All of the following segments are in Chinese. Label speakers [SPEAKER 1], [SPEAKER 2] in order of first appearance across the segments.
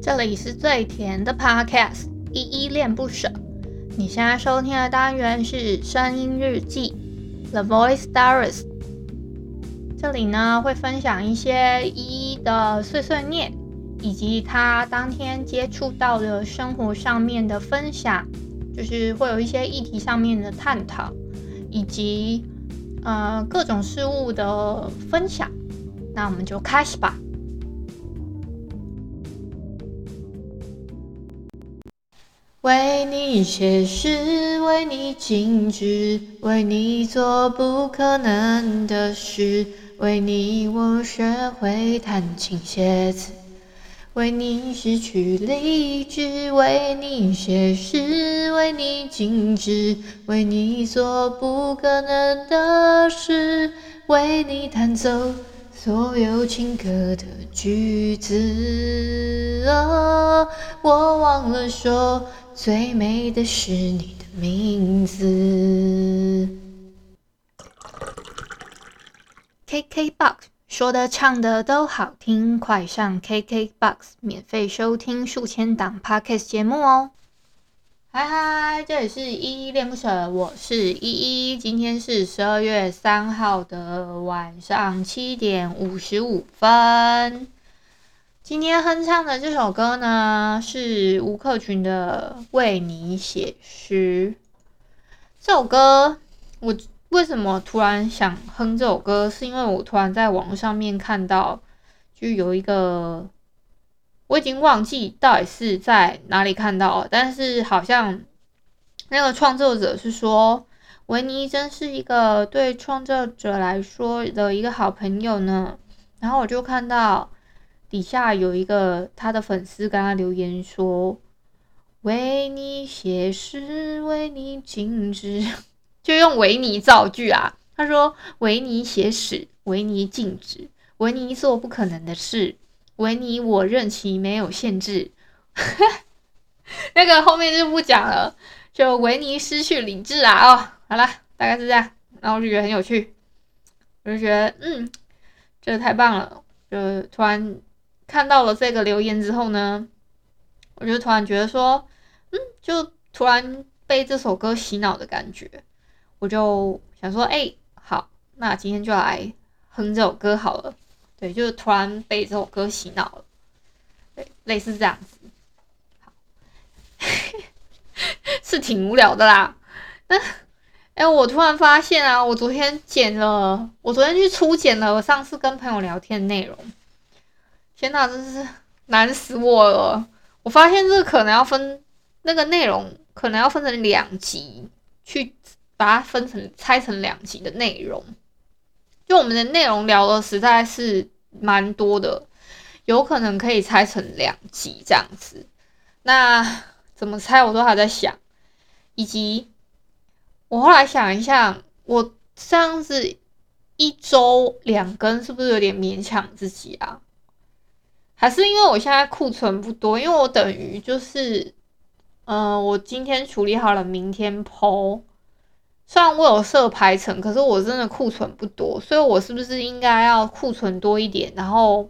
[SPEAKER 1] 这里是最甜的 Podcast， 依依恋不舍。你现在收听的单元是声音日记 The Voice Diaries。这里呢会分享一些依依的碎碎念，以及他当天接触到的生活上面的分享，就是会有一些议题上面的探讨，以及各种事物的分享。那我们就开始吧。为你写诗，为你静止，为你做不可能的事，为你我学会弹琴写词，为你失去理智，为你写诗，为你静止，为你做不可能的事，为你弹奏所有情歌的句子。我忘了说，最美的是你的名字。KKBOX 说的唱的都好听，快上 KKBOX 免费收听数千档 Podcast 节目哦。嗨，这里是依依恋不舍，我是依依。今天是12月3号的晚上7点55分。今天哼唱的这首歌呢，是吴克群的《为你写诗》。这首歌，我为什么突然想哼这首歌，是因为我突然在网络上面看到，就有一个，我已经忘记到底是在哪里看到了，但是好像那个创作者是说，维尼真是一个对创作者来说的一个好朋友呢。然后我就看到底下有一个他的粉丝跟他留言说，为你写诗，为你静止，就用维尼造句啊。他说为你写史，为你静止，为你做不可能的事，为你我任其没有限制。那个后面就不讲了，就维尼失去理智啊。好啦，大概是这样。然后我就觉得很有趣，我就觉得这太棒了。就突然看到了这个留言之后呢，我就突然觉得说，就突然被这首歌洗脑的感觉。我就想说，好，那今天就来哼这首歌好了。对，就突然被这首歌洗脑了。对，类似这样子。好，是挺无聊的啦。我突然发现啊，我昨天去初剪了我上次跟朋友聊天的内容。天哪，真是难死我了！我发现这个可能要分那个内容，可能要分成2集，去把它拆成2集的内容。就我们的内容聊的实在是蛮多的，有可能可以拆成2集这样子。那怎么拆我都还在想，以及我后来想一下，我这样子1周2更是不是有点勉强自己啊？还是因为我现在库存不多，因为我等于就是我今天处理好了，明天 po。虽然我有设排程，可是我真的库存不多，所以我是不是应该要库存多一点？然后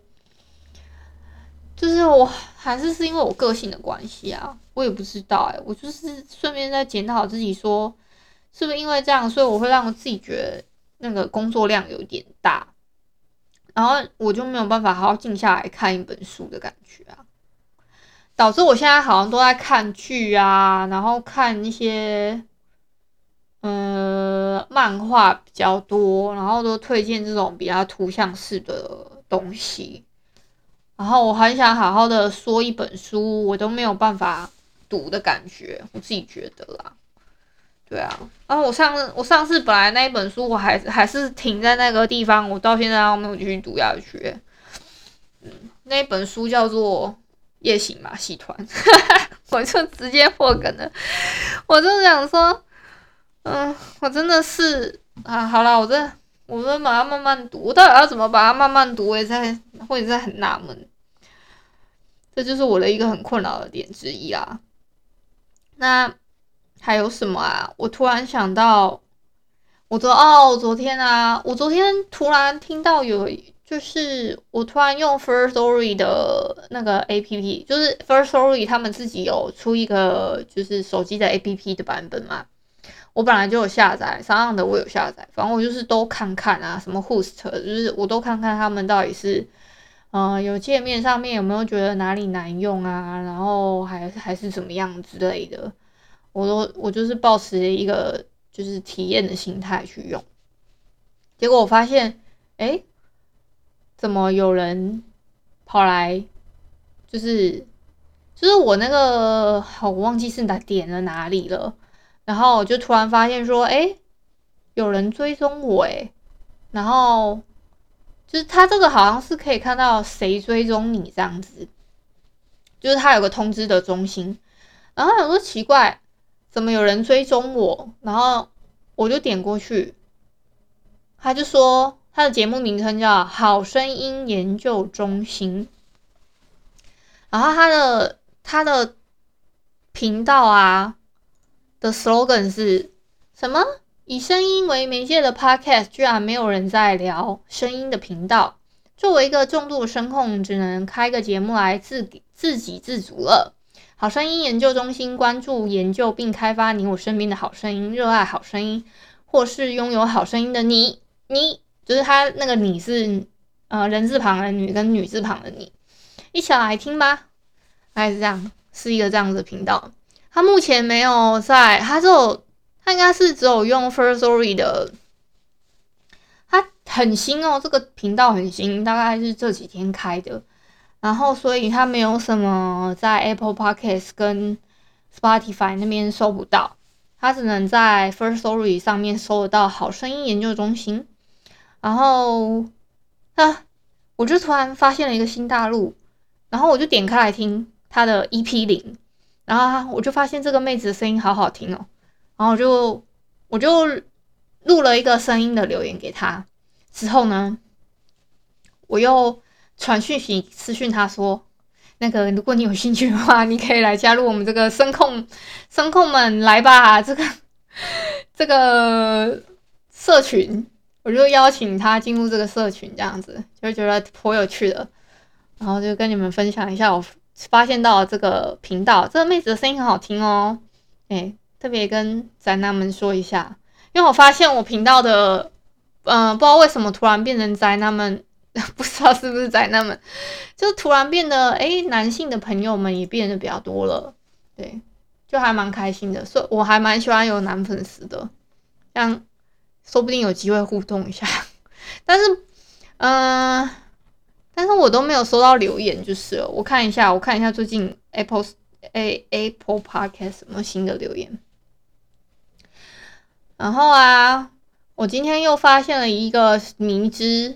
[SPEAKER 1] 就是我还是因为我个性的关系啊，我也不知道我就是顺便在检讨自己说，是不是因为这样，所以我会让我自己觉得那个工作量有点大。然后我就没有办法好好静下来看一本书的感觉啊，导致我现在好像都在看剧啊，然后看一些漫画比较多，然后都推荐这种比较图像式的东西。然后我很想好好的说一本书，我都没有办法读的感觉，我自己觉得啦。对啊，然后我上次本来那一本书我还是停在那个地方，我到现在都没有继续读下去。那一本书叫做《夜行马戏团》，我就直接破梗了。我就想说，我真的是好啦，我把它慢慢读，我到底要怎么把它慢慢读？我也在很纳闷，这就是我的一个很困扰的点之一啦。那还有什么啊？我突然想到，我昨天突然听到有就是我突然用 Firstory 的那个 APP， 就是 Firstory 他们自己有出一个就是手机的 APP 的版本嘛。我本来就有下载，商样的我有下载，反正我就是都看看啊，什么 Host， 就是我都看看他们到底是，有界面上面有没有觉得哪里难用啊，然后还是怎么样之类的，我就是抱持一个就是体验的心态去用，结果我发现，诶，怎么有人跑来，就是我那个，我忘记是点了哪里了。然后我就突然发现说，有人追踪我然后就是他这个好像是可以看到谁追踪你这样子，就是他有个通知的中心。然后有说奇怪，怎么有人追踪我？然后我就点过去，他就说他的节目名称叫好声音研究中心，然后他的频道啊的 slogan 是什么？以声音为媒介的 podcast 居然没有人在聊声音的频道。作为一个重度声控，只能开个节目来自给自足了。好声音研究中心关注研究并开发你我身边的好声音，热爱好声音，或是拥有好声音的你就是他那个你是人字旁的女跟女字旁的你，一起来听吧。还是这样，是一个这样子的频道。他目前没有在，他应该是只有用 Firstory 的，他很新哦，这个频道很新，大概是这几天开的。然后，所以他没有什么在 Apple Podcast 跟 Spotify 那边搜不到，他只能在 Firstory 上面搜得到好声音研究中心。然后，我就突然发现了一个新大陆，然后我就点开来听他的 EP0，然后我就发现这个妹子的声音好好听哦，然后我就录了一个声音的留言给她，之后呢，我又传讯息私讯她说，那个如果你有兴趣的话，你可以来加入我们这个声控们来吧，这个社群，我就邀请她进入这个社群，这样子就觉得颇有趣的，然后就跟你们分享一下我发现到这个频道，这个妹子的声音很好听哦，特别跟宅男们说一下，因为我发现我频道的，不知道为什么突然变成宅男们，不知道是不是宅男们，就突然变得，男性的朋友们也变得比较多了，对，就还蛮开心的，所以我还蛮喜欢有男粉丝的，这样说不定有机会互动一下，但是，但是我都没有收到留言，就是了我看一下最近 Apple Podcast 什么新的留言。然后啊，我今天又发现了一个迷之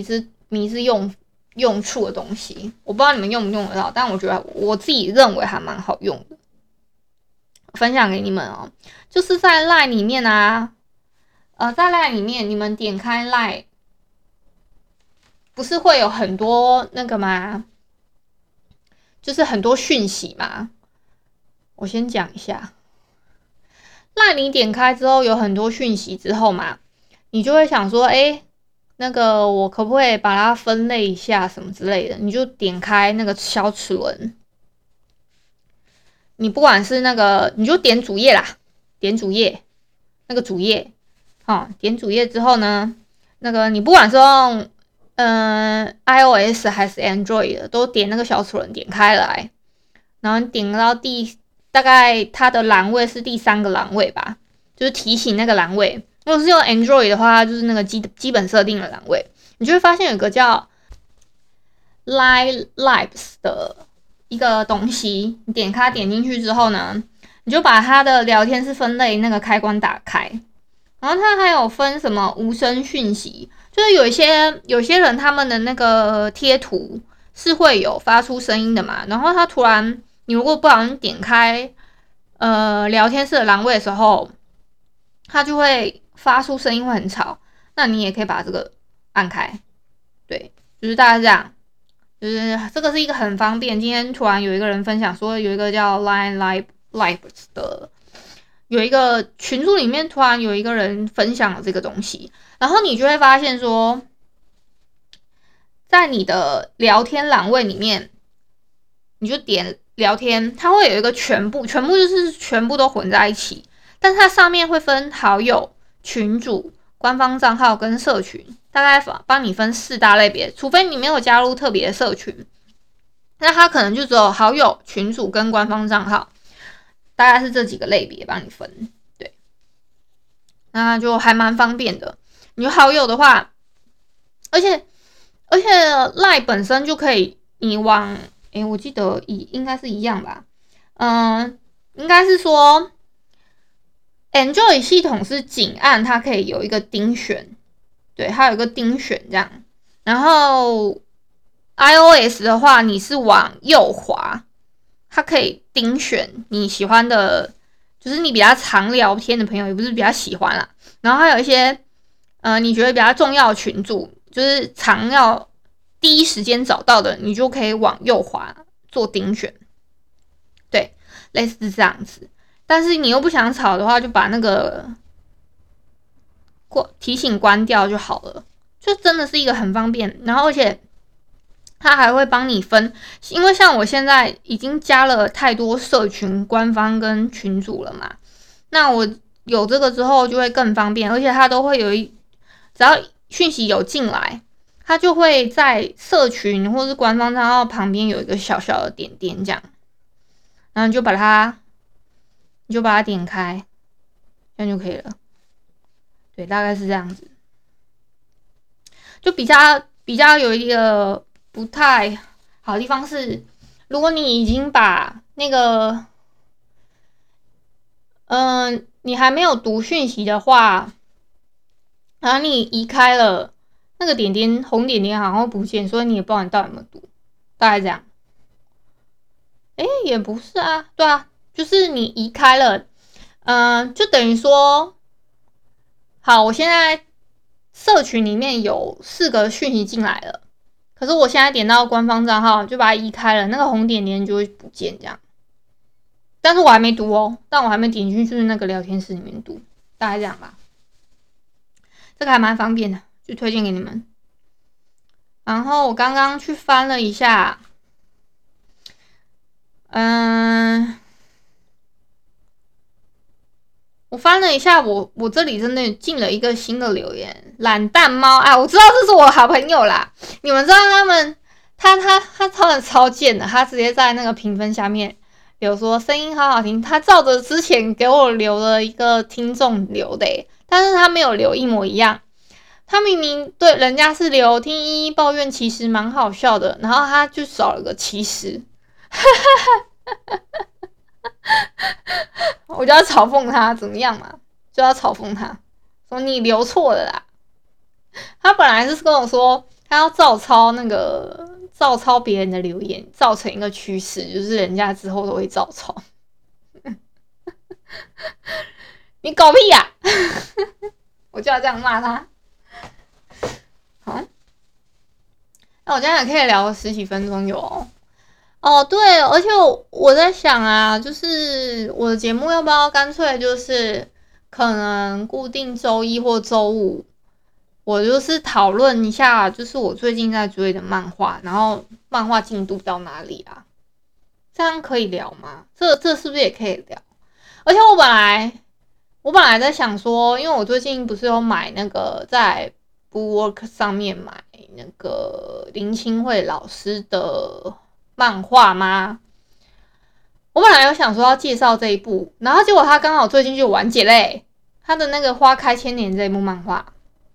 [SPEAKER 1] 用处的东西，我不知道你们用不用得到，但我觉得我自己认为还蛮好用的，分享给你们哦。就是在 LINE 里面啊，在 LINE 里面，你们点开 LINE， 不是会有很多那个吗？就是很多讯息嘛。我先讲一下。那你点开之后有很多讯息之后嘛，你就会想说，那个我可不可以把它分类一下什么之类的？你就点开那个小齿轮，你不管是那个，你就点主页啦，点主页，那个主页，点主页之后呢，那个你不管是用iOS 还是 Android 的，都点那个小齿轮点开来，然后点到大概它的栏位是第3个栏位吧，就是提醒那个栏位。如果是用 Android 的话，就是那个基本设定的栏位，你就会发现有个叫 Lives 的一个东西，你点进去之后呢，你就把它的聊天室分类那个开关打开，然后它还有分什么无声讯息，就是有些人他们的那个贴图是会有发出声音的嘛，然后他突然。你如果不小心点开聊天室的栏位的时候，它就会发出声音，会很吵。那你也可以把这个按开，对，就是大概这样。就是这个是一个很方便。今天突然有一个人分享说，有一个叫 Line Live 的，有一个群组里面突然有一个人分享了这个东西，然后你就会发现说， 在你的聊天栏位里面，你就点聊天，它会有一个全部就是全部都混在一起，但是它上面会分好友、群组、官方账号跟社群，大概帮你分4大类别，除非你没有加入特别的社群，那它可能就只有好友、群组跟官方账号，大概是这几个类别帮你分，对，那就还蛮方便的。你好友的话，而且 LINE 本身就可以，你往我记得应该是一样吧，应该是说 Android 系统是紧按，它可以有一个丁选，对，它有一个丁选这样，然后 iOS 的话，你是往右滑，它可以丁选你喜欢的，就是你比较常聊天的朋友，也不是比较喜欢啦，然后还有一些你觉得比较重要的群组，就是常要第一时间找到的，你就可以往右滑做丁选，对，类似这样子。但是你又不想吵的话，就把那个提醒关掉就好了，就真的是一个很方便。然后而且它还会帮你分，因为像我现在已经加了太多社群、官方跟群组了嘛，那我有这个之后就会更方便，而且它都会有只要讯息有进来，它就会在社群或是官方账号旁边有一个小小的点点这样，然后你就把它点开，这样就可以了。对，大概是这样子，就比较有一个不太好的地方是，如果你已经把那个你还没有读讯息的话，然后你移开了，那个红点点好像会不见，所以你也不知道你到底有没有读，大概这样。也不是啊，对啊，就是你移开了，就等于说，好，我现在社群里面有4个讯息进来了，可是我现在点到官方账号就把它移开了，那个红点点就会不见这样。但是我还没读哦，但我还没点进去那个聊天室里面读，大概这样吧。这个还蛮方便的，就推荐给你们。然后我刚刚去翻了一下，我翻了一下，我这里真的进了一个新的留言，懒蛋猫啊，我知道这是我好朋友啦。你们知道他超贱的，他直接在那个评分下面留说声音好好听，他照着之前给我留了一个听众留的但是他没有留一模一样。他明明对人家是留听依依抱怨，其实蛮好笑的，然后他就少了个其实，我就要嘲讽他，怎么样嘛？就要嘲讽他，说你留错了啦。他本来是跟我说，他要照抄别人的留言，造成一个趋势，就是人家之后都会照抄。你狗屁呀！我就要这样骂他。好，那我这样也可以聊10几分钟有哦，对，而且我在想啊，就是我的节目要不要干脆就是可能固定周1或周5，我就是讨论一下，就是我最近在追的漫画，然后漫画进度到哪里啊？这样可以聊吗？这是不是也可以聊？而且我本来在想说，因为我最近不是有买那个在 Bookwork 上面买那个林清慧老师的漫画吗？我本来有想说要介绍这一部，然后结果他刚好最近就完结嘞，他的那个花开千年这一部漫画，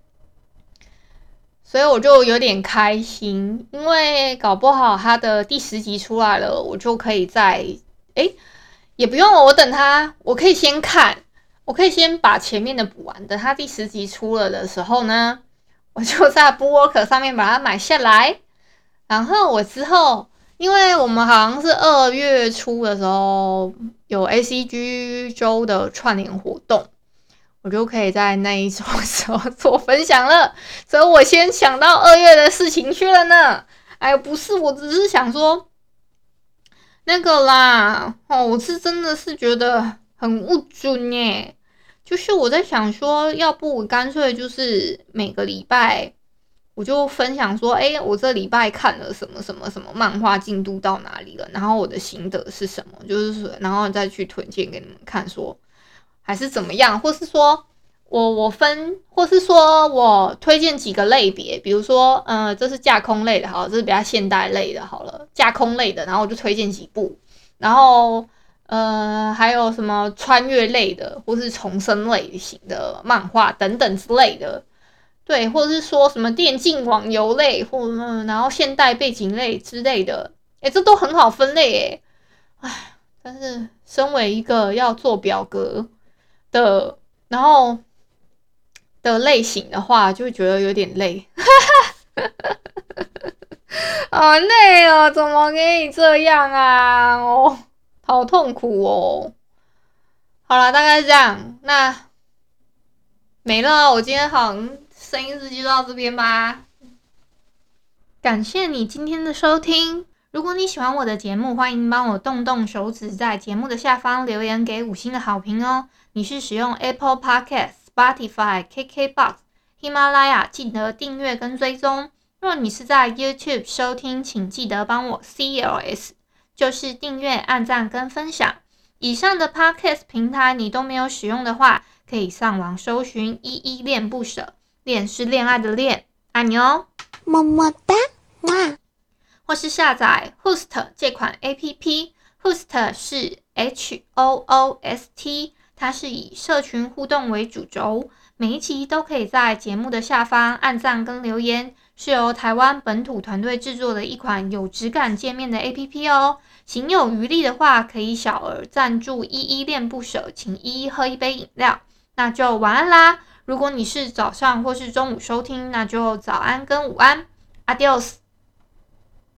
[SPEAKER 1] 所以我就有点开心，因为搞不好他的第10集出来了，我就可以也不用我等他，我可以先看，我可以先把前面的补完，等他第10集出了的时候呢，我就在 Bookwork 上面把它买下来，然后我之后，因为我们好像是2月初的时候有 ACG 周的串联活动，我就可以在那一周的时候做分享了，所以我先想到2月的事情去了呢。哎，不是，我只是想说那个啦，我是真的是觉得很不准耶。就是我在想说，要不我干脆就是每个礼拜我就分享说，我这礼拜看了什么什么什么漫画，进度到哪里了，然后我的心得是什么，就是说，然后再去推荐给你们看说，还是怎么样，或是说或是说我推荐几个类别，比如说，这是架空类的，好了，这是比较现代类的，好了，架空类的，然后我就推荐几部，然后还有什么穿越类的，或是重生类型的漫画等等之类的。对，或者是说什么电竞网游类，然后现代背景类之类的，这都很好分类诶。唉，但是身为一个要做表格的，然后的类型的话，就会觉得有点累，好累哦，怎么可以这样啊？哦，好痛苦哦。好了，大概是这样，那没了，我今天好像声音日记就到这边吧。感谢你今天的收听。如果你喜欢我的节目，欢迎帮我动动手指，在节目的下方留言给5星的好评哦。你是使用 Apple Podcast、Spotify、KKBox、喜马拉雅，记得订阅跟追踪。若你是在 YouTube 收听，请记得帮我 CLS， 就是订阅、按赞跟分享。以上的 Podcast 平台你都没有使用的话，可以上网搜寻依依恋不舍，恋是恋爱的恋，爱你哦。么么哒，哇！或是下载 Hoost 这款 APP，Hoost 是 HOOST， 它是以社群互动为主轴，每一集都可以在节目的下方按赞跟留言，是由台湾本土团队制作的一款有质感界面的 APP 哦。行有余力的话，可以小额赞助依依恋不舍，请依依喝一杯饮料。那就晚安啦！如果你是早上或是中午收听，那就早安跟午安。Adios。